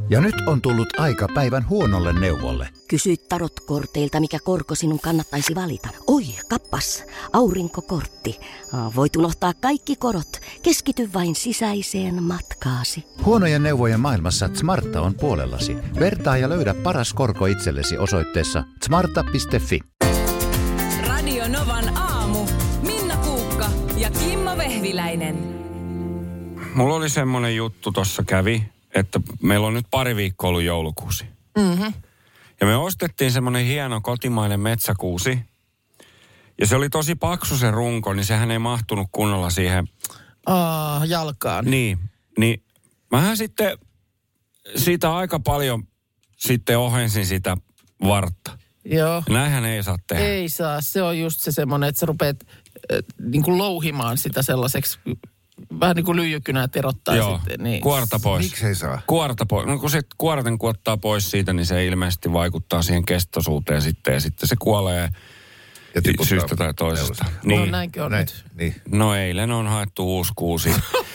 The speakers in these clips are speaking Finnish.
Ja nyt on tullut aika päivän huonolle neuvolle. Kysy tarotkorteilta, mikä korko sinun kannattaisi valita. Oi, kappas, aurinkokortti. Voit unohtaa kaikki korot. Keskity vain sisäiseen matkaasi. Huonojen neuvojen maailmassa Smarta on puolellasi. Vertaa ja löydä paras korko itsellesi osoitteessa smarta.fi. Radio Novan aamu. Minna Kuukka ja Kimmo Vehviläinen. Mulla oli semmoinen juttu tossa kävi, että meillä on nyt pari viikkoa ollut joulukuusi. Mm-hmm. Ja me ostettiin semmoinen hieno kotimainen metsäkuusi. Ja se oli tosi paksu se runko, niin sehän ei mahtunut kunnolla siihen. Jalkaan. Niin mähän sitten siitä aika paljon sitten ohensin sitä vartta. Joo. Näinhän ei saa tehdä. Ei saa. Se on just se semmoinen, että sä rupeat niin kuin louhimaan sitä sellaiseksi, vähän niin kuin lyijykynää terottaa. Joo, sitten. Niin. kuorta pois. Miksi ei saa? Kuorta pois. No kun se kuorten kuottaa pois siitä, niin se ilmeisesti vaikuttaa siihen kestoisuuteen sitten. Ja sitten se kuolee syystä tai toisesta. Niin. No näinkö on nyt? Niin. No eilen on haettu uusi kuusi.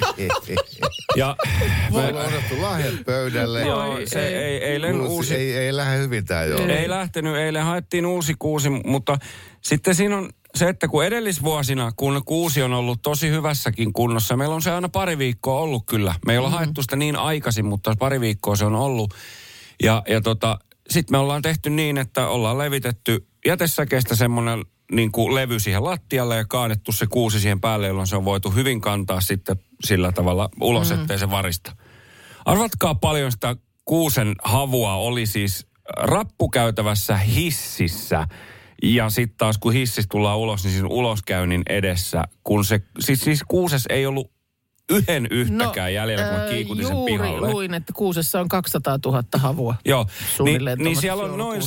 Ja me on otettu lahjat pöydälle. Joo, se eilen uusi. Ei lähde hyvin tää jo. Ei lähtenyt, eilen haettiin uusi kuusi, mutta sitten siinä on se, että kun edellisvuosina, kun kuusi on ollut tosi hyvässäkin kunnossa, meillä on se aina pari viikkoa ollut kyllä. Me ei olla haettu sitä niin aikaisin, mutta pari viikkoa se on ollut. Ja sitten me ollaan tehty niin, että ollaan levitetty jätesäkeistä semmoinen niin kuin levy siihen lattialle ja kaadettu se kuusi siihen päälle, jolloin se on voitu hyvin kantaa sitten sillä tavalla ulos, ettei se varista. Arvatkaa paljon sitä kuusen havua oli siis rappukäytävässä hississä. Ja sitten taas kun hississä tullaan ulos, niin siinä uloskäynnin edessä, kun se, siis kuuses ei ollut yhden yhtäkään jäljellä, kun mä kiikutin sen pihalle. Juuri luin, että kuusessa on 200 000 havua. Joo, niin siellä on noin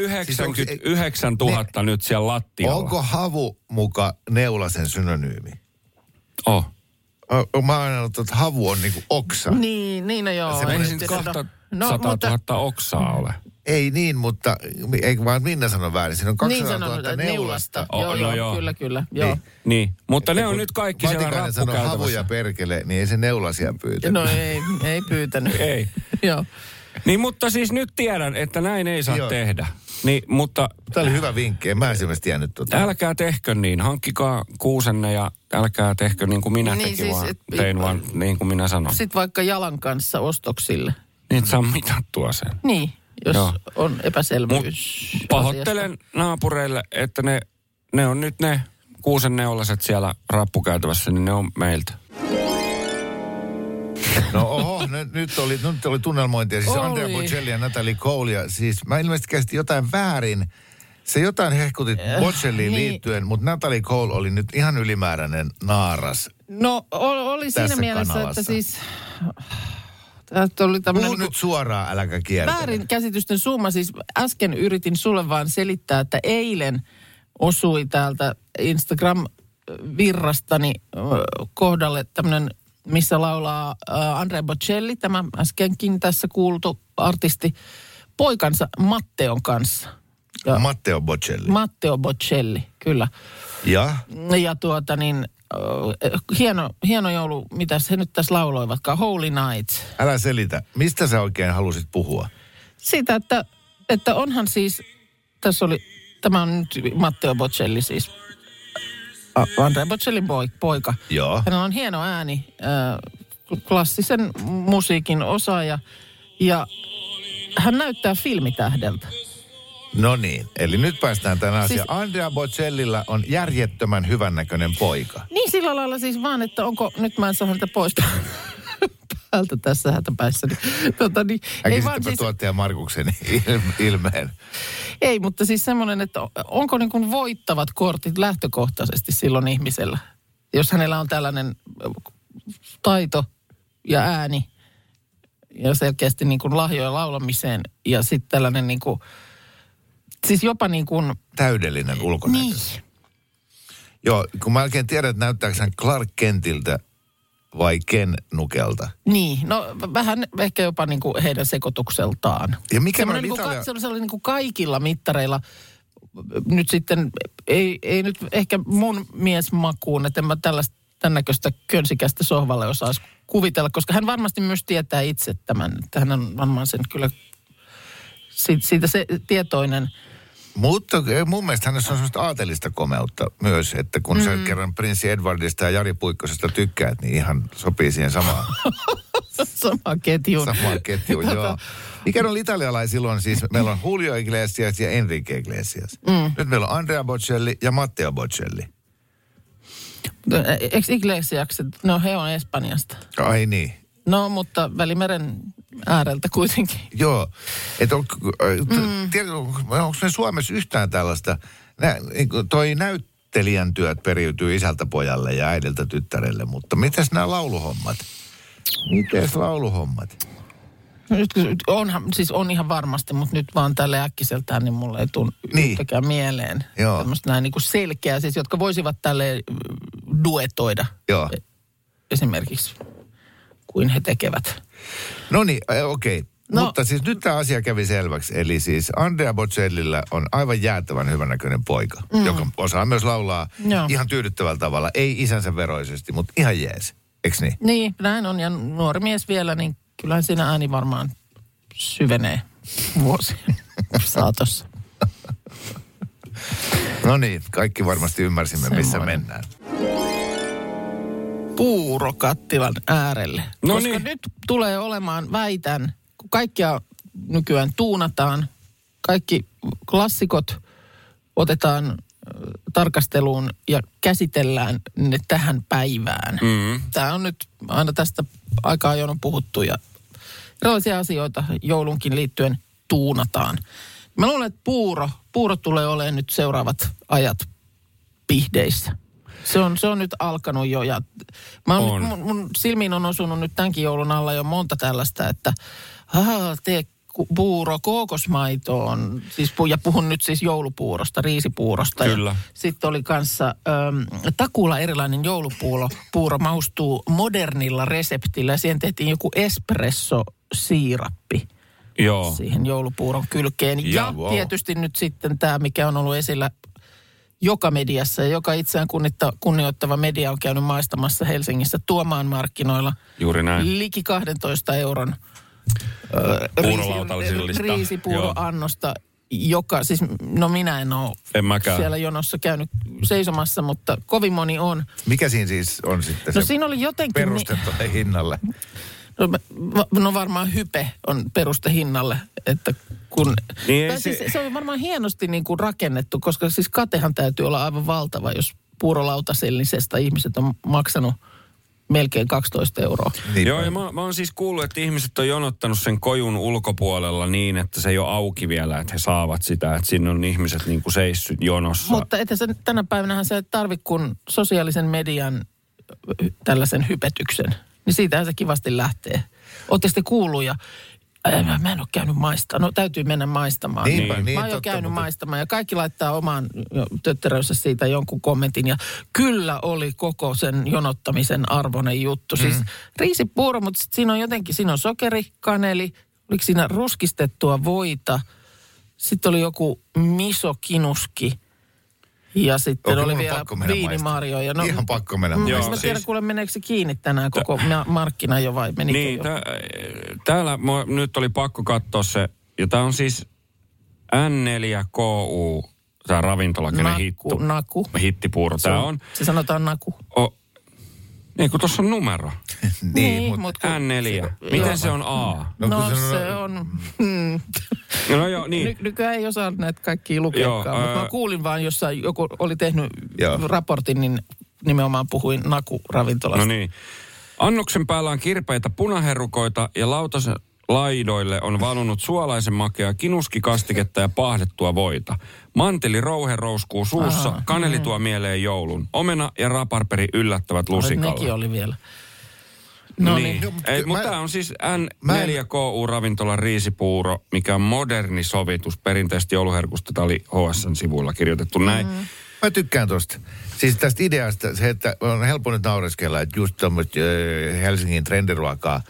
199 000 nyt siellä lattialla. Onko havu muka neulasen synonyymi? Oh. Mä oon ajatellut, että havu on niinku oksa. Niin joo. Se ei siinä 200 000 oksaa ole. Ei niin, mutta eikö vaan Minna sano väärin. Siinä on 200 000 neulasta. Joo, kyllä. Joo. Niin, mutta ne on nyt kaikki siellä rappukäytävässä. Matikainen sanoo havuja perkele, niin ei se neulasia pyytänyt. No ei pyytänyt. Ei. Joo. Niin, mutta siis nyt tiedän, että näin ei saa tehdä. Niin, mutta tämä oli hyvä vinkki, mä en esimerkiksi tiennyt tuota. Älkää tehkö niin, hankkikaa kuusenne ja älkää tehkö niin kuin minä tekin, siis, vaan tein vaan niin kuin minä sanon. Sitten vaikka jalan kanssa ostoksille. Niin, et saa mitattua sen. Niin, jos on epäselvyys. Pahoittelen naapureille, että ne on nyt ne kuusen neulaset siellä rappukäytävässä, niin ne on meiltä. No oho, nyt oli tunnelmointia. Siis Andrea Bocelli ja Natalie Cole. Ja siis mä ilmeisesti käsitin jotain väärin. Se jotain hehkutit Bocelliin liittyen, mutta Natalie Cole oli nyt ihan ylimääräinen naaras. No oli siinä mielessä, kanavassa. että siis oli tämmöinen puhu nyt suoraan, äläkä kiertele. Väärin käsitysten summa. Siis äsken yritin sulle vaan selittää, että eilen osui täältä Instagram-virrastani kohdalle tämmöinen, missä laulaa Andrea Bocelli, tämä äskenkin tässä kuultu artisti, poikansa Matteon kanssa. Ja Matteo Bocelli, kyllä. Ja hieno joulu, mitä he nyt tässä lauloivatkaan, Holy Night. Älä selitä. Mistä sä oikein halusit puhua? Siitä, että onhan siis, tämä on nyt Matteo Bocelli siis, Andrea Bocellin poika. Joo. Hänellä on hieno ääni, klassisen musiikin osaaja ja hän näyttää filmitähdeltä. No niin, eli nyt päästään tämän asiaan. Andrea Bocellilla on järjettömän hyvännäköinen poika. Niin sillä lailla siis vaan, että onko, nyt mä en saa häntä pois päältä tässä hätäpäissä. Äkisittepä tuottaja Markuksen ilmeen. Ei, mutta siis semmoinen, että onko niin kuin voittavat kortit lähtökohtaisesti silloin ihmisellä, jos hänellä on tällainen taito ja ääni ja selkeästi niin kuin lahjoja laulamiseen ja sitten tällainen niin kuin, siis jopa niin kuin täydellinen ulkonäkö. Niin. Joo, kun mä oikein tiedän, että näyttääkö hän Clark Kentiltä vai Ken Nukelta. Niin, no vähän ehkä jopa niin kuin heidän sekoitukseltaan. Ja mikä on sellainen niin kuin kaikilla mittareilla nyt sitten, ei nyt ehkä mun miesmakuun, että en mä tällaista tämän näköistä könsikästä sohvalle osaisi kuvitella, koska hän varmasti myös tietää itse tämän. Että hän on varmaan sen kyllä siitä se tietoinen. Mutta mun mielestä hänessä on sellaista aatelista komeutta myös, että kun sä kerran prinssi Edwardista ja Jari Puikkosesta tykkäät, niin ihan sopii siihen samaan. Samaan ketjuun. Samaan ketjuun, joo. Mikä on italialaisilla on siis, meillä on Julio Iglesias ja Enrique Iglesias. Nyt meillä on Andrea Bocelli ja Matteo Bocelli. Eikö Iglesiakset, no he on Espanjasta. Ai niin. No, mutta Välimeren ääreltä kuitenkin. Joo. Onko me Suomessa yhtään tällaista, toi näyttelijän työt periytyy isältä pojalle ja äidiltä tyttärelle, mutta mitäs nämä lauluhommat? Nyt, on ihan varmasti, mutta nyt vaan tälle äkkiseltään, niin mulle ei tule yhtäkään mieleen. Joo. Tämmöistä näin niin kuin selkeää, siis jotka voisivat tälle duetoida. Joo. Esimerkiksi, kuin he tekevät. No niin, okei. Mutta siis nyt tämä asia kävi selväksi. Eli siis Andrea Bocellilla on aivan jäätävän hyvännäköinen poika, joka osaa myös laulaa ihan tyydyttävällä tavalla. Ei isänsä veroisesti, mutta ihan jees. Eiks niin? Niin, näin on. Ja nuori mies vielä, niin kyllähän siinä ääni varmaan syvenee vuosien saatossa. No niin, kaikki varmasti ymmärsimme, missä mennään. Puurokattilan äärelle. No koska niin. nyt tulee olemaan, väitän, kun kaikkia nykyään tuunataan, kaikki klassikot otetaan tarkasteluun ja käsitellään ne tähän päivään. Tämä on nyt aina tästä aikaa ajoin on puhuttu ja erilaisia asioita joulunkin liittyen tuunataan. Mä luulen, että puuro tulee olemaan nyt seuraavat ajat pihdeissä. Se on nyt alkanut jo ja mun silmiin on osunut nyt tämänkin joulun alla jo monta tällaista, että tee puuro kookosmaitoon, siis, ja puhun nyt siis joulupuurosta, riisipuurosta. Kyllä. Sitten oli kanssa takuulla erilainen joulupuuro maustuu modernilla reseptillä ja siihen tehtiin joku espresso-siirappi. Joo. Siihen joulupuuron kylkeen. Ja tietysti nyt sitten tämä, mikä on ollut esillä joka mediassa ja joka itseään kunnioittava media on käynyt maistamassa Helsingissä Tuomaan markkinoilla. Juuri näin. Liki 12 euron riisipuuroannosta, joka siis, no minä en ole siellä jonossa käynyt seisomassa, mutta kovin moni on. Mikä siinä siis on sitten se siinä oli jotenkin peruste hinnalle? No varmaan hype on peruste hinnalle, että kun... Niin siis se on varmaan hienosti niin kuin rakennettu, koska siis katehan täytyy olla aivan valtava, jos puurolautasellisesta ihmiset on maksanut melkein 12 euroa. Niin joo, ja mä oon siis kuullut, että ihmiset on jonottanut sen kojun ulkopuolella niin, että se ei ole auki vielä, että he saavat sitä, että sinne on ihmiset niin kuin seissyt jonossa. Mutta tänä päivänähän sä et tarvi kun sosiaalisen median tällaisen hypetyksen, niin siitähän se kivasti lähtee. Ootte sitten kuullut ja mä en ole käynyt maistamaan. No täytyy mennä maistamaan. Niin. Mä oon jo käynyt maistamaan ja kaikki laittaa omaan tötterönsä siitä jonkun kommentin. Ja kyllä oli koko sen jonottamisen arvoinen juttu. Siis riisipuuro, mutta siinä on jotenkin, siinä on sokeri, kaneli, oliko siinä ruskistettua voita. Sitten oli joku misokinuski. Ja sitten oli vielä viinimarjoja. No, ihan pakko mennä. Mä tiedän, kuule meneekö se kiinni tänään koko markkina jo vai menikö niin, jo? Täällä nyt oli pakko katsoa se, ja tää on siis N4KU, tää ravintola, kenen hittipuuro tää on. Se sanotaan naku. Niin, kun tuossa on numero. Niin, mutta N4. Miten se on A? No se on... No joo, niin. Nykyään ei osaa näitä kaikkia lukeakaan, mutta mä kuulin vaan, jossa joku oli tehnyt raportin, niin nimenomaan puhuin nakuravintolasta. No niin. Annoksen päällä on kirpeitä punaherrukoita ja lautasen laidoille on valunut suolaisen makeaa kinuskikastiketta ja paahdettua voita. Manteli rouhe rouskuu suussa, kaneli tuo mieleen joulun. Omena ja raparperi yllättävät lusikalla. Nekin oli vielä. No niin. Mutta tämä on siis N4KU-ravintolan riisipuuro, mikä on moderni sovitus. Perinteisesti jouluherkusta, tämä oli HSN sivuilla kirjoitettu näin. Mä tykkään tosta. Siis tästä ideasta se, että on helppo nyt naureskella, että just tämmöistä Helsingin trendiruokaa.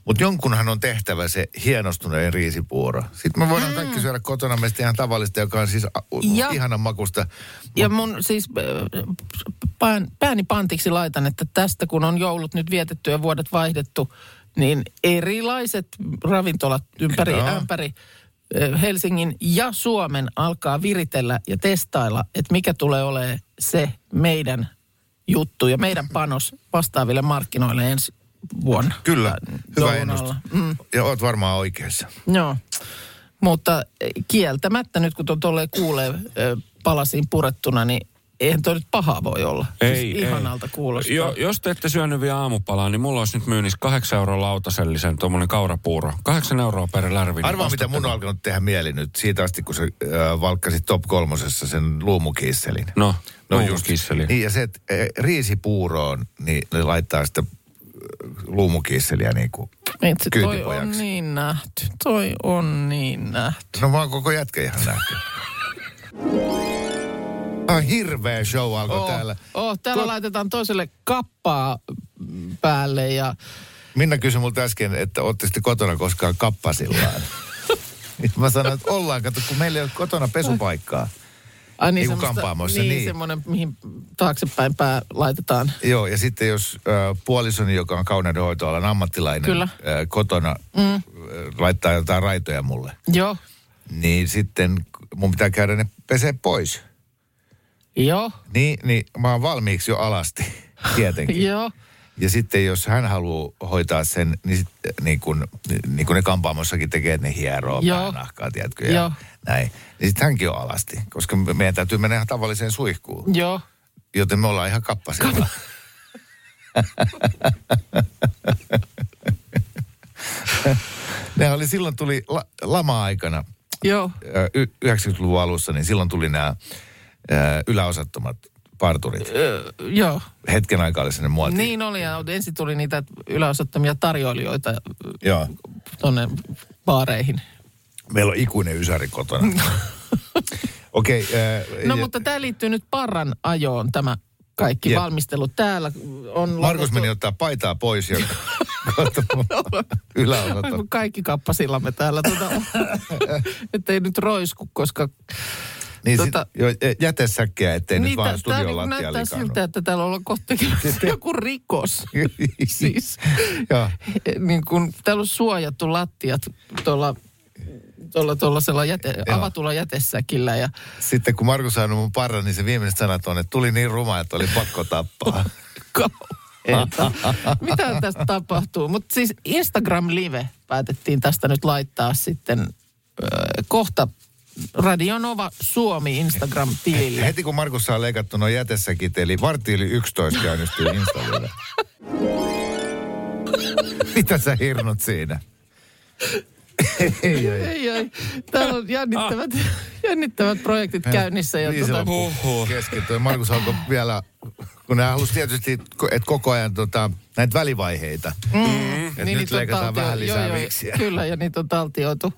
Mutta jonkunhan on tehtävä se hienostuneen riisipuuro. Sitten me voidaan kaikki syödä kotona meistä ihan tavallista, joka on siis ihanan makusta. Ja mun siis pääni pantiksi laitan, että tästä kun on joulut nyt vietetty ja vuodet vaihdettu, niin erilaiset ravintolat ympäri Helsingin ja Suomen alkaa viritellä ja testailla, että mikä tulee olemaan se meidän juttu ja meidän panos vastaaville markkinoille ensi vuonna. Kyllä, hyvä ennustus. Ja oot varmaan oikeassa. Joo, mutta kieltämättä nyt kun tolleen kuulee palasiin purettuna, niin eihän toi nyt paha voi olla. Ei, siis ihanalta kuulostaa. Jos te ette syönyt vielä aamupalaa, niin mulla olisi nyt myynnissä 8 € lautasellisen tuommoinen kaurapuuro. 8 € per lärvi. Arvaa, mitä mun on alkanut tehdä mieli nyt siitä asti, kun sä valkkasit Top 3 sen luumukiisselin. No luumukiisseli. Niin, ja se, että riisipuuroon, niin ne laittaa sitä luumukiisseliä niin kuin kyytipojaksi. Toi on niin nähty. No mä oon koko jätkä ihan nähty. Hirveä show alkoi täällä. Täällä laitetaan toiselle kappaa päälle ja... Minna kysyi multa äsken, että ootte sitten kotona koskaan kappasillaan. Mä sanoin, että ollaan, kato, kun meillä ei ole kotona pesupaikkaa. Niin kuin kampaamoissa. Niin, semmoinen, mihin taaksepäin pää laitetaan. Joo, ja sitten jos puolisoni, joka on kauneudenhoitoalan ammattilainen, kotona laittaa jotain raitoja mulle. Joo. Niin sitten mun pitää käydä ne pesee pois. Joo. Niin mä oon valmiiksi jo alasti, tietenkin. Joo. Ja sitten jos hän haluaa hoitaa sen, niin kuin ne kampaamossakin tekee, että ne hieroo päänahkaa, tiedätkö, ja näin. Niin sitten hänkin on alasti, koska meidän täytyy mennä ihan tavalliseen suihkuun. Joo. Joten me ollaan ihan kappasilla. Ne oli silloin tuli lama-aikana. Joo. 90-luvun alussa, niin silloin tuli nämä yläosattomat parturit. Joo. Hetken aikaa oli sinne muotiin. Niin oli, ja ensin tuli niitä yläosattomia tarjoilijoita tuonne baareihin. Meillä on ikuinen ysäri kotona. Okei. Mutta tämä liittyy nyt parran ajoon, tämä kaikki valmistelu. Täällä on... Markus meni ottaa paitaa pois ja yläosattomia. Kaikki kappasillamme täällä. Ettei nyt roisku, koska... Niin jätesäkkiä, ettei nyt vaan studion lattia näyttää likannut. Siltä, että täällä ollaan kohta joku rikos. Siis, niin kun täällä on suojattu lattiat tuollaisella avatulla jätesäkillä. Ja... Sitten kun Markus saanut mun parran, niin se viimeiset sanat on, että tuli niin ruma, että oli pakko tappaa. Mitä tästä tapahtuu? Mutta siis Instagram Live päätettiin tästä nyt laittaa sitten kohta Radio Nova Suomi Instagram-tilille. Heti kun Markus saa leikattu nuo jätesäkit, eli 11:15 käynnistyy Installe. Mitä sä hirnut siinä? Ei. Täällä on jännittävät projektit käynnissä. Ja keskittyy. Markus alkoi vielä, kun nämä halusi tietysti, että koko ajan näitä välivaiheita. Että niin nyt leikataan vähän lisää viksiä. Kyllä, ja niitä on taltioitu.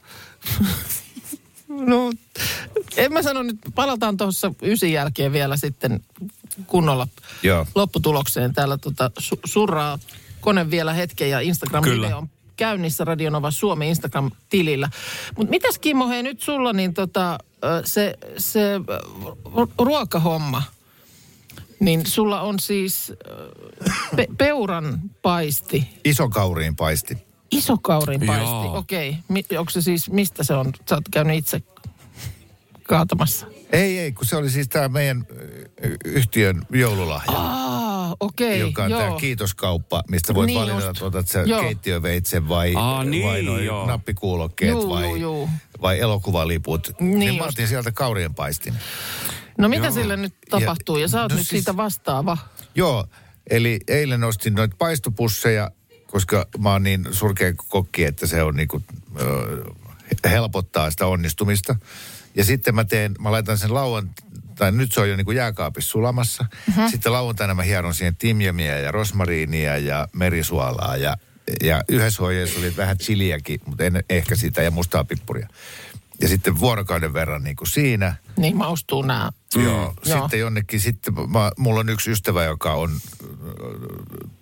No, en mä sano nyt, palataan tuossa 9 jälkeen vielä sitten kunnolla lopputulokseen. Täällä surraa kone vielä hetken ja Instagram-video on käynnissä Radio Nova Suomi Instagram-tilillä. Mutta mitäs Kimmo, hei nyt sulla niin se ruokahomma, niin sulla on siis peuran paisti. Isokauriin paisti. Isokauriin paisti, okei. Onko se siis, mistä se on? Sä oot käynyt itse kaatamassa. Ei, kun se oli siis tämä meidän yhtiön joululahja. Okei, joka on tämä kiitoskauppa, mistä voit valita, että otat sä keittiöveitsen vai noi nappikuulokkeet vai elokuvaliput. Niin mä otin sieltä kaurien paistin. No mitä sille nyt tapahtuu? Ja sä oot nyt siitä vastaava. Joo, eli eilen ostin noita paistopusseja, koska mä oon niin surkea kokki, että se on niinku, helpottaa sitä onnistumista. Ja sitten mä laitan sen tai nyt se on jo niinku jääkaapissa sulamassa. Sitten lauantaina mä hieron siihen timjamiä ja rosmariinia ja merisuolaa. Ja yhdessä hoijeessa oli vähän chiliäkin, mutta en ehkä sitä, ja mustaa pippuria. Ja sitten vuorokauden verran niin kuin siinä. Niin maustuu nämä. Joo. Sitten jonnekin, mulla on yksi ystävä, joka on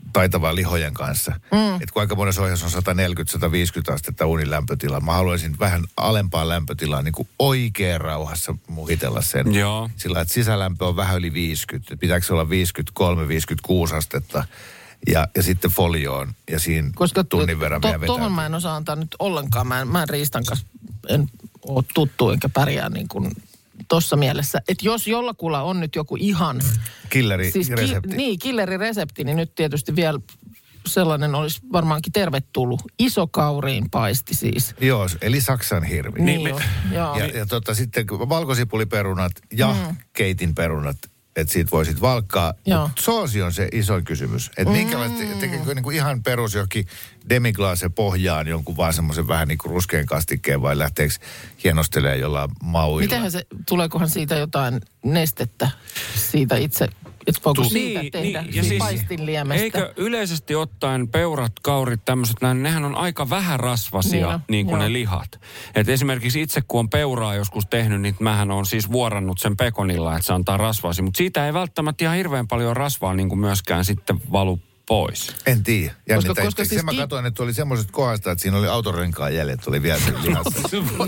taitavaa lihojen kanssa. Että kun aika monessa ohjassa on 140-150 astetta uunin lämpötila. Mä haluaisin vähän alempaa lämpötilaa niin kuin oikein rauhassa muhitella sen. Joo. Sillä että sisälämpö on vähän yli 50. Pitääkö se olla 53-56 astetta? Ja sitten folioon ja siinä koska tunnin verran vielä vetää. Tuohon mä en osaa antaa nyt ollenkaan. Mä en riistan kanssa, en ole tuttu enkä pärjää niin kuin tuossa mielessä. Että jos jollakulla on nyt joku ihan... Killeriresepti. Killeriresepti, niin nyt tietysti vielä sellainen olisi varmaankin tervetullut. Iso kauriin paisti siis. Joo, eli Saksan hirvi. Niin joo. Ja sitten valkosipuliperunat ja keitinperunat. Että siitä voisit valkkaa. Soosi on se isoin kysymys. Että minkälaista, tekeekö niinku ihan perus johonkin demiglase pohjaan jonkun vaan semmoisen vähän niin kuin ruskean kastikkeen vai lähteekö hienostelemaan jollain mauilla? Mitenhän tuleekohan siitä jotain nestettä siitä itse, että voiko siitä tehdä paistinliemestä? Eikö yleisesti ottaen peurat, kaurit, tämmöiset, nehän on aika vähärasvasia niin kuin ne lihat. Et esimerkiksi itse kun on peuraa joskus tehnyt, niin mähän on siis vuorannut sen pekonilla, että se antaa rasvaasi. Mutta siitä ei välttämättä ihan hirveän paljon rasvaa niin kuin myöskään sitten valu pois. En tiedä. Koska siis mä katsoin, että oli semmoisesta kohdasta, että siinä oli autorenkaan jäljet, oli vielä sen lihassa.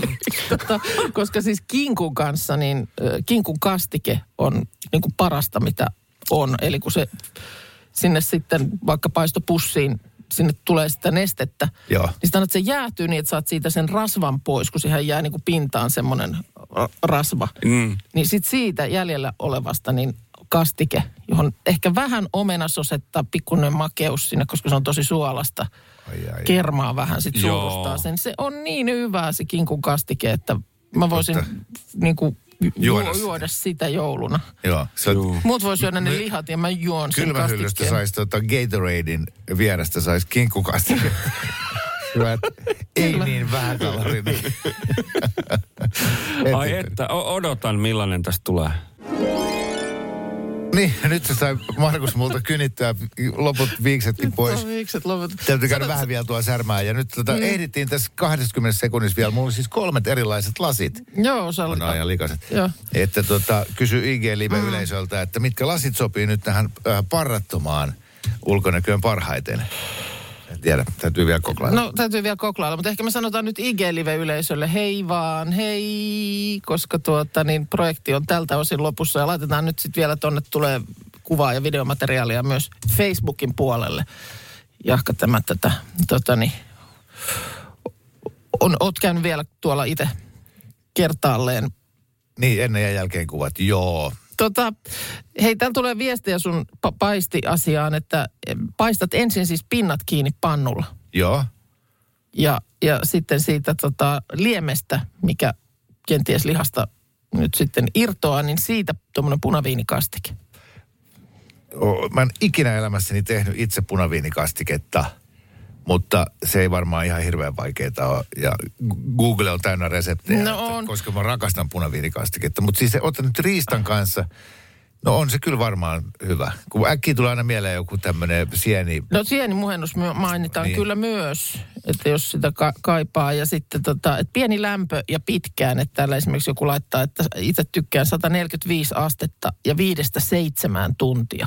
Koska siis kinkun kanssa, niin kinkun kastike on niin kuin parasta, mitä on. Eli kun se sinne sitten vaikka paistopussiin, sinne tulee sitä nestettä, niin sitä että se jäätyy niin, että saat siitä sen rasvan pois, kun siihen jää niin kuin pintaan semmoinen rasva. Niin sitten siitä jäljellä olevasta, niin kastike, johon ehkä vähän omenasosetta, pikkuinen makeus sinne, koska se on tosi suolasta. Kermaa vähän sitten suurustaa sen. Se on niin hyvää se kinkun kastike, että mä voisin niin kuin juoda sitä jouluna. Joo. Muut vois syödä ne lihat ja mä juon sen kastikkeen. Kylmähyllystä saisi Gatoradein vierestä saisi kinkkukastike. Hyvä, ei niin vähäkalorinen. Ai että, odotan millainen tästä tulee. Niin, nyt se sai Markus multa kynittää loput viiksetkin pois. Täytyy käydä vähän vielä tuo särmää. Ja nyt ehdittiin tässä 20 sekunnissa vielä. Mulla on siis 3 erilaiset lasit. Joo, se oli. On ajan likaset. Joo. Että kysy IG-live-yleisöltä, että mitkä lasit sopii nyt tähän parrattomaan ulkonäköön parhaiten. En tiedä, täytyy vielä koklailla. No, täytyy vielä koklailla, mutta ehkä me sanotaan nyt IG-live-yleisölle hei vaan, hei, koska niin projekti on tältä osin lopussa ja laitetaan nyt sitten vielä tonne tulee kuvaa ja videomateriaalia myös Facebookin puolelle. Jahka tämä oot käynyt vielä tuolla itse kertaalleen. Niin, ennen ja jälkeen kuvat, joo. Hei, täällä tulee viestiä sun paistiasiaan, että paistat ensin siis pinnat kiinni pannulla. Joo. Ja sitten siitä liemestä, mikä kenties lihasta nyt sitten irtoaa, niin siitä tuommoinen punaviinikastike. Mä en ikinä elämässäni tehnyt itse punaviinikastiketta, mutta se ei varmaan ihan hirveän vaikeaa ole. Ja Google on täynnä reseptejä, koska mä rakastan punaviinikastiketta. Mutta siis otat nyt riistan kanssa, no on se kyllä varmaan hyvä. Kun äkkiä tulee aina mieleen joku tämmöinen sieni. No sienimuhennus mainitaan niin kyllä myös, että jos sitä kaipaa. Ja sitten että pieni lämpö ja pitkään, että täällä esimerkiksi joku laittaa, että itse tykkään 145 astetta ja 5-7 tuntia.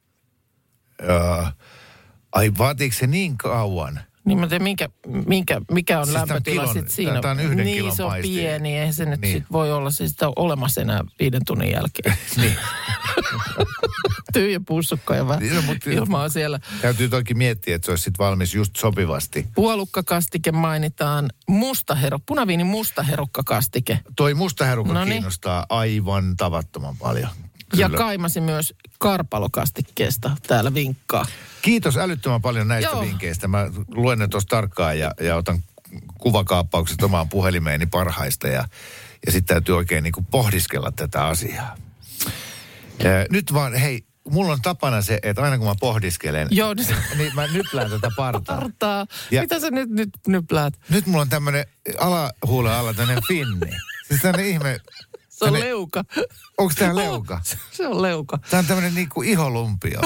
Ai vaatiiko se niin kauan? Niin mä tiedän, mikä on siis lämpötila sitten siinä. Tämä on 1 kilon niin, se on paisti. pieni, eihän se nyt sit voi olla siis sitä olemassa enää 5 tunnin jälkeen. Niin. Tyhjä pussukka ja vähän ilmaa siellä. Täytyy toki miettiä, että se olisi sitten valmis just sopivasti. Puolukkakastike mainitaan. Punaviinin mustaherukkakastike. Toi mustaherukka kiinnostaa aivan tavattoman paljon. Kyllä. Ja kaimasi myös karpalokastikkeesta täällä vinkkaa. Kiitos älyttömän paljon näistä vinkkeistä. Mä luen ne tuossa tarkkaan ja otan kuvakaappaukset omaan puhelimeeni parhaista. Ja sitten täytyy oikein niin kuin pohdiskella tätä asiaa. Nyt vaan, hei, mulla on tapana se, että aina kun mä pohdiskelen, niin mä nyplään tätä partaa. Mitä sä nyt nypläät? Nyt mulla on tämmönen alahuulen alla tämmönen finni. Siis tämmönen ihme. Se on leuka. Onko tää leuka? Se on leuka. Tää on tämmönen niinku iholumpio.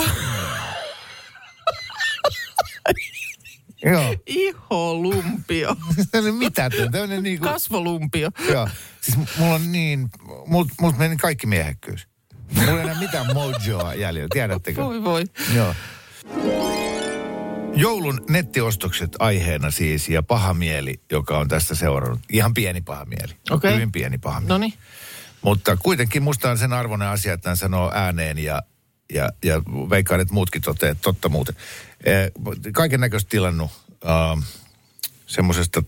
Joo. Iholumpio. Tämmönen mitätön, tämmönen niinku. Kasvolumpio. Joo. Siis mulla on niin, multa meni kaikki miehekkyys. Mulla ei enää mitään mojoa jäljellä, tiedättekö? Voi. Joo. Joulun nettiostokset aiheena siis ja paha mieli, joka on tästä seurannut. Ihan pieni paha mieli. Okei. Hyvin pieni paha mieli. Noniin. Mutta kuitenkin musta on sen arvoinen asia, että hän sanoo ääneen ja veikkaan, että muutkin totta muuten. Kaiken näköistä tilannut semmoisesta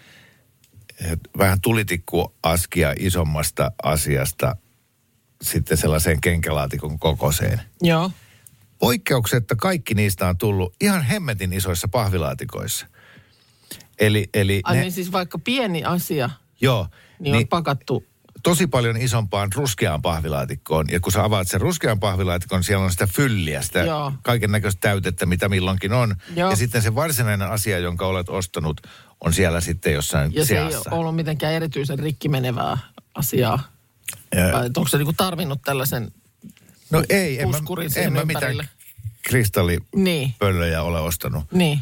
vähän tulitikkuaskia isommasta asiasta sitten sellaiseen kenkälaatikon kokoiseen. Joo. Poikkeuksetta kaikki niistä on tullut ihan hemmetin isoissa pahvilaatikoissa. Eli Niin siis vaikka pieni asia, joo, niin on pakattu. Tosi paljon isompaan ruskeaan pahvilaatikkoon. Ja kun sä avaat sen ruskean pahvilaatikon, siellä on sitä fylliä, sitä kaiken näköistä täytettä, mitä milloinkin on. Joo. Ja sitten se varsinainen asia, jonka olet ostanut, on siellä sitten jossain ja seassa. Ja se ei ollut mitenkään erityisen rikkimenevää asiaa. Vai onko se niinku tarvinnut tällaisen puskurin siihen ympärille? Mitään kristallipöllöjä ole ostanut. Niin.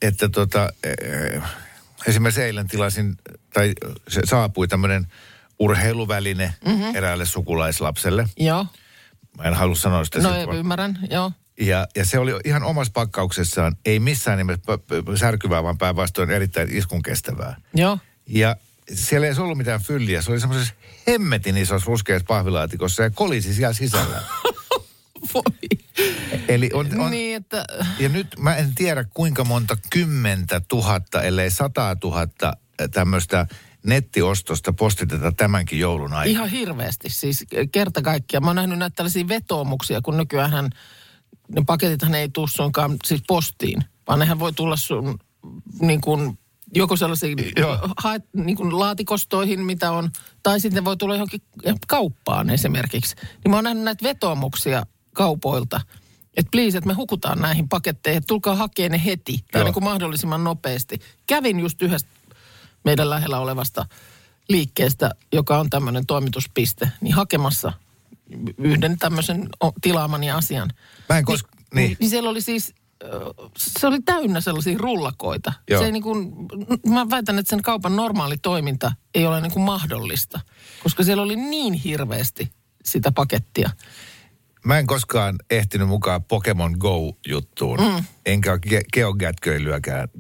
Esimerkiksi eilen tilasin, tai se saapui tämmöinen urheiluväline eräälle sukulaislapselle. Joo. Mä en halua sanoa sitä. No ymmärrän, joo. Ja se oli ihan omassa pakkauksessaan, ei missään nimessä särkyvää, vaan päinvastoin erittäin iskunkestävää. Joo. Ja siellä ei ollut mitään fylliä. Se oli semmoisessa hemmetin isossa ruskeassa pahvilaatikossa ja kolisi siellä sisällä. Voi. Eli on, niin, että... Ja nyt mä en tiedä kuinka monta 10 000, ellei 100 000 tämmöistä nettiostosta postitetaan tämänkin joulun aikana. Ihan hirveästi, siis kerta kaikkiaan. Mä oon nähnyt näitä tällaisia vetoomuksia, kun nykyäänhän ne paketithan ei tule suinkaan siis postiin, vaan nehän voi tulla sun niin kuin joko sellaisiin niin kuin laatikostoihin, mitä on, tai sitten voi tulla johonkin kauppaan esimerkiksi. Niin mä oon nähnyt näitä vetoomuksia kaupoilta, että please, että me hukutaan näihin paketteihin, että tulkaa hakea ne heti, tai niin kuin mahdollisimman nopeasti. Kävin just yhdestä meidän lähellä olevasta liikkeestä, joka on tämmöinen toimituspiste, niin hakemassa yhden tämmöisen tilaamani asian. Mä en niin siellä oli siis, se oli täynnä sellaisia rullakoita. Se ei niin kuin, mä väitän, että sen kaupan normaali toiminta ei ole niin kuin mahdollista, koska siellä oli niin hirveästi sitä pakettia. Mä en koskaan ehtinyt mukaan Pokemon Go-juttuun, enkä geokätköilyäkään.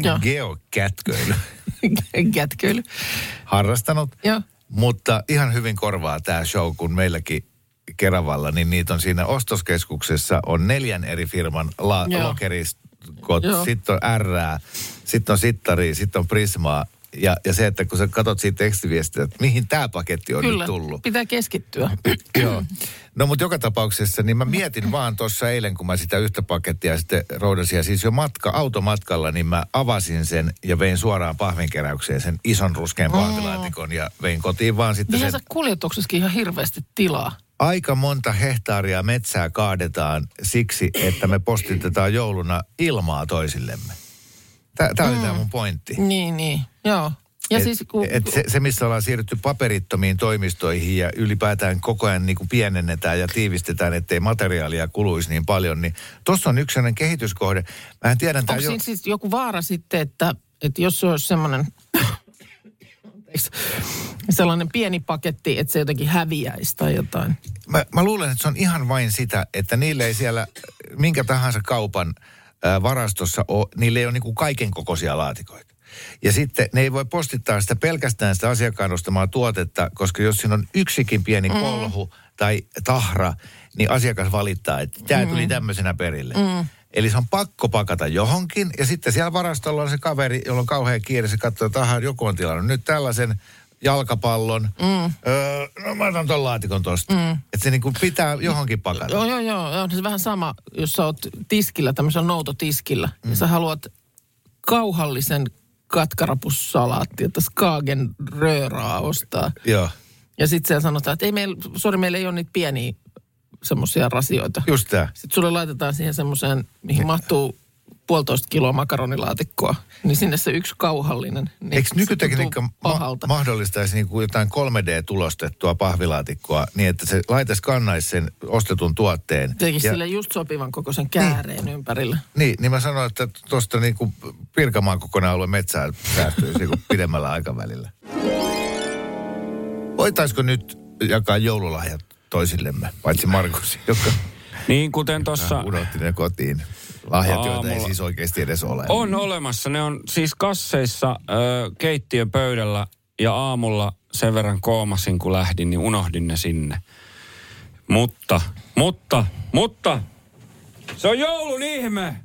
Kätköily. Harrastanut, mutta ihan hyvin korvaa tämä show, kun meilläkin Keravalla, niin niitä on siinä ostoskeskuksessa, on 4 eri firman lokeristkot, sitten on R, sitten on Sittari, sitten on Prismaa. Ja se, että kun sä katot siitä tekstiviestiä, että mihin tämä paketti on nyt tullut. Kyllä, pitää keskittyä. Joo. No mutta joka tapauksessa, niin mä mietin vaan tuossa eilen, kun mä sitä yhtä pakettia sitten roudasin. Ja siis jo automatkalla, niin mä avasin sen ja vein suoraan pahvinkeräykseen sen ison ruskean pahvilaatikon ja vein kotiin vaan sitten sen. Sä kuljetuksessakin ihan hirveästi tilaa. Aika monta hehtaaria metsää kaadetaan siksi, että me postitetaan jouluna ilmaa toisillemme. Tämä oli tämä mun pointti. Niin, joo. Ja siis, se, missä ollaan siirrytty paperittomiin toimistoihin ja ylipäätään koko ajan niin kuin pienennetään ja tiivistetään, ettei materiaalia kuluisi niin paljon, niin tuossa on yksi sellainen kehityskohde. Mähän tiedän... Onko siinä siis joku vaara sitten, että jos se olisi sellainen pieni paketti, että se jotenkin häviäisi tai jotain? Mä luulen, että se on ihan vain sitä, että niille ei siellä minkä tahansa kaupan varastossa ole, niille ei ole niin kuin kaiken kokoisia laatikoita. Ja sitten ne ei voi postittaa sitä pelkästään sitä asiakkaan ostamaa tuotetta, koska jos siinä on yksikin pieni kolhu tai tahra, niin asiakas valittaa, että tämä tuli tämmöisenä perille. Eli se on pakko pakata johonkin ja sitten siellä varastolla on se kaveri, jolla on kauhean kiire, se katsoo, että joku on tilannut nyt tällaisen jalkapallon. No mä otan ton laatikon tosta. Että se niinku pitää johonkin pakata. Joo. On se vähän sama, jos sä oot tiskillä, tämmöisellä noutotiskillä, ja sä haluat kauhallisen katkarapussalaatti, että Skagen rööraa ostaa. Joo. Ja sitten siellä sanotaan, että meillä ei ole niitä pieniä semmoisia rasioita. Just tää. Sitten sulle laitetaan siihen semmoiseen, mihin mahtuu 1,5 kiloa makaronilaatikkoa, niin sinne se yksi kauhallinen. Niin eikö nykytekniikka mahdollistaisi niin kuin jotain 3D-tulostettua pahvilaatikkoa niin, että se laite skannaisi sen ostetun tuotteen? Tekisi sille just sopivan kokoisen kääreen ympärillä. Niin mä sanoin, että tuosta niin kuin Pirkanmaan kokonaan alue metsää säästyisi niin kuin pidemmällä aikavälillä. Voitaisiko nyt jakaa joululahjat toisillemme, paitsi Markus, joka niin kuten tuossa unohti ne kotiin. Lahjat, joita ei siis oikeasti edes ole. On olemassa. Ne on siis kasseissa keittiön pöydällä ja aamulla sen verran koomasin kun lähdin, niin unohdin ne sinne. Mutta, se on joulun ihme!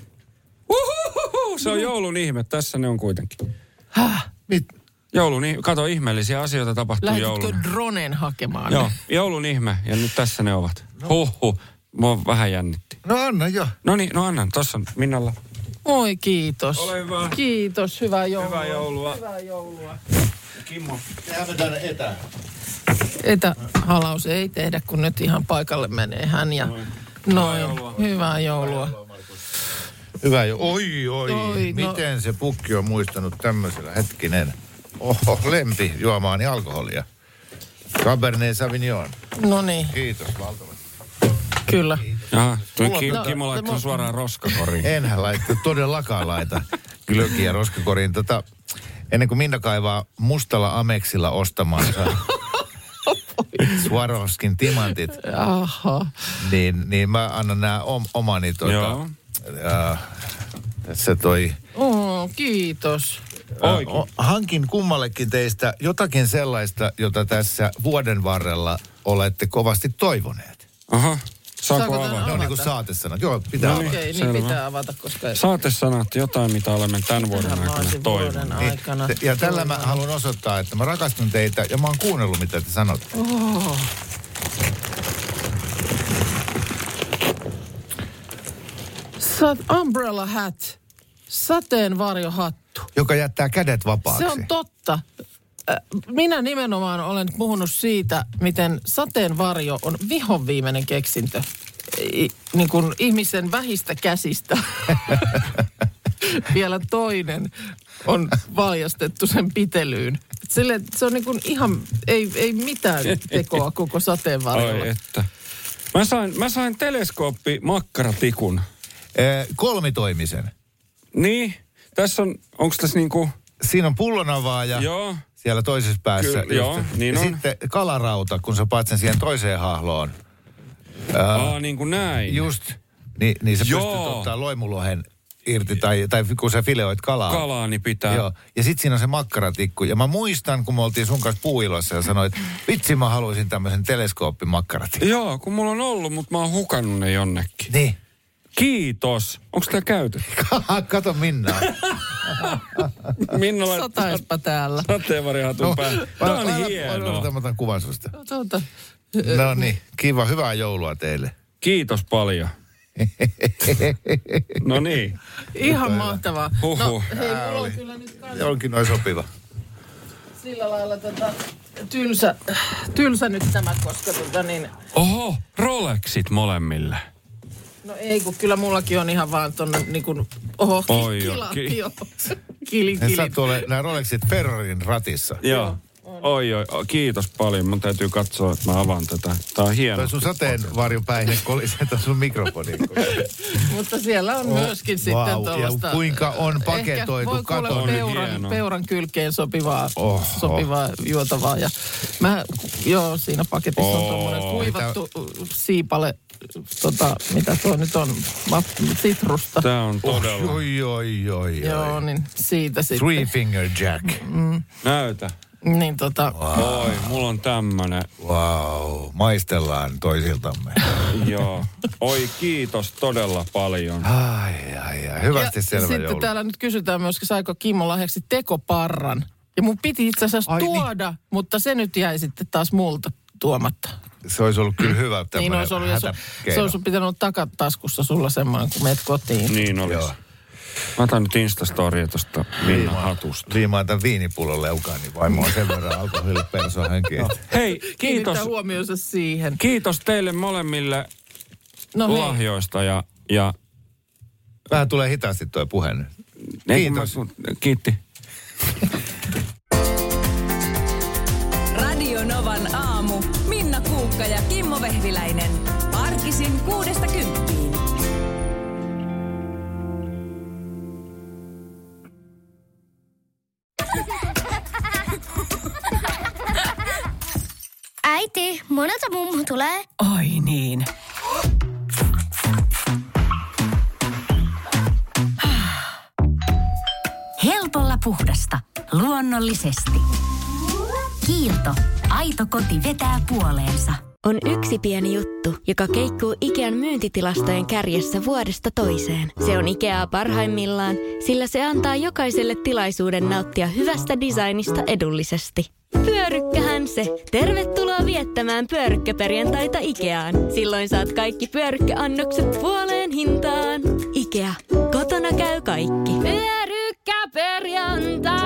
Se on joulun ihme. Tässä ne on kuitenkin. Joulun ihme. Kato, ihmeellisiä asioita tapahtuu joulun. Lähditkö dronen hakemaan? Joo, joulun ihme. Ja nyt tässä ne ovat. Mua vähän jännitti. No anna jo. No annan. Tossa on Minnalla. Oi kiitos. Ole hyvä. Kiitos, hyvää joulua. Hyvää joulua. Hyvää joulua. Kimmo. Tehdään me tänne etään. Etähalaus ei tehdä, kun nyt ihan paikalle menee hän ja noin. Hyvää joulua. Hyvä jo. Oi, miten se pukki on muistanut tämmöisellä hetkinen. Oho, lempi juomaani alkoholia. Cabernet Sauvignon. No niin. Kiitos valtavasti. Kyllä. Jaha, Kimmo laittaa suoraan roskakoriin. Enhän todellakaan laita glögiä roskakoriin. Ennen kuin Minna kaivaa mustalla Ameksilla ostamansa Swarovskin timantit, niin mä annan nämä omani tässä toi. Kiitos. Hankin kummallekin teistä jotakin sellaista, jota tässä vuoden varrella olette kovasti toivoneet. Aha. Saako avata? No niin kuin saatesanat. Joo, pitää avata. Okei, niin pitää avata, koska... Saatesanat, jotain mitä olemme tämän vuoden aikana toivoneet. Ja tällä mä haluan osoittaa, että mä rakastan teitä ja mä oon kuunnellut, mitä te sanotte. Umbrella hat. Sateenvarjohattu. Joka jättää kädet vapaaksi. Se on totta. Minä nimenomaan olen puhunut siitä, miten sateenvarjo on vihonviimeinen keksintö. Niin kuin ihmisen vähistä käsistä. Vielä toinen on valjastettu sen pitelyyn. Se on niin kuin ihan, ei mitään tekoa koko sateenvarjolla. Oi että. Mä sain teleskooppi-makkaratikun. Kolmitoimisen. Niin. Tässä on, onko tässä niinku... Siinä on pullonavaaja. Joo. Siellä toisessa päässä. Kyllä, joo, niin ja on. sitten kalarauta, kun sä paat sen siihen toiseen hahloon. Niin kuin näin. Just. Niin sä pystyt ottaa loimulohen irti tai kun sä fileoit kalaa. Kalaa, niin pitää. Joo. Ja sit siinä on se makkaratikku. Ja mä muistan, kun me oltiin sun kanssa puuilossa ja sanoit, vitsi mä haluaisin tämmöisen teleskooppimakkaratikun. Joo, kun mulla on ollut, mutta mä oon hukannut ne jonnekin. Niin. Kiitos. Onko tää käytetty? Kato Minnaa. Minna laittaa... Sataispa täällä. Sateenvarjohatun päälle. Tää on hienoa. Mä otan kuvan susta. Tuota. No niin, kiva. Hyvää joulua teille. Kiitos paljon. No niin. Ihan mahtavaa. Huhhuh. No hei, mulla on kyllä nyt Onkin noin sopiva. sillä lailla tylsä nyt tämä, koska Oho, Rolexit molemmille. No ei, kun kyllä mullakin on ihan vaan tonne niinku, kili. Ne sattuu ole nämä Rolexit Ferrarin ratissa. Joo. Oi, kiitos paljon. Mun täytyy katsoa, että mä avaan tätä. Tää on hieno. Toi sun sateenvarjopäihne kolisee sun mikrofoniin. Mutta siellä on myöskin sitten tuollaista... Ja kuinka on paketoitu katon. Peuran kylkeen sopivaa juotavaa. Ja siinä paketissa on tuommoinen kuivattu siipale, mitä tuo nyt on, sitrusta. Tää on todella. Oi. Joo, niin siitä sitten. Three Finger Jack. Näytä. Niin Oi, mulla on tämmönen. Wow, maistellaan toisiltamme. Joo. Oi, kiitos todella paljon. Ai. Hyvästi selvä joulu. Sitten täällä nyt kysytään myöskin, saiko Kimmo lahjaksi tekoparran. Ja mun piti itse asiassa tuoda, niin. Mutta se nyt jäi sitten taas multa tuomatta. Se olisi ollut kyllä hyvä tämmöinen niin olisi ollut, se olisi pitänyt olla takataskussa sulla semmoinen, kun meet kotiin. Niin olisi. Joo. Mä otan nyt Instastoria tuosta Minnan hatusta. Liimaan tämän viinipullon leukaan, niin vaimo on sen verran alkoholille persoon henkiin. No. Hei, kiitos. Kiinnittää huomionsa siihen. Kiitos teille molemmille lahjoista ja... Vähän tulee hitaasti toi puhe nyt. Kiitos. Kiitti. Radio Novan aamu. Minna Kuukka ja Kimmo Vehviläinen. Arkisin 6–10. Äiti, monelta mummu tulee? Oi niin. puhdasta. Luonnollisesti. Kiilto. Aito koti vetää puoleensa. On yksi pieni juttu, joka keikkuu Ikean myyntitilastojen kärjessä vuodesta toiseen. Se on Ikeaa parhaimmillaan, sillä se antaa jokaiselle tilaisuuden nauttia hyvästä designista edullisesti. Pyörykkähän se! Tervetuloa viettämään pyörykkäperjantaita Ikeaan. Silloin saat kaikki pyörykkäannokset puoleen hintaan. Ikea. Kotona käy kaikki. Pyörykkäperjantai!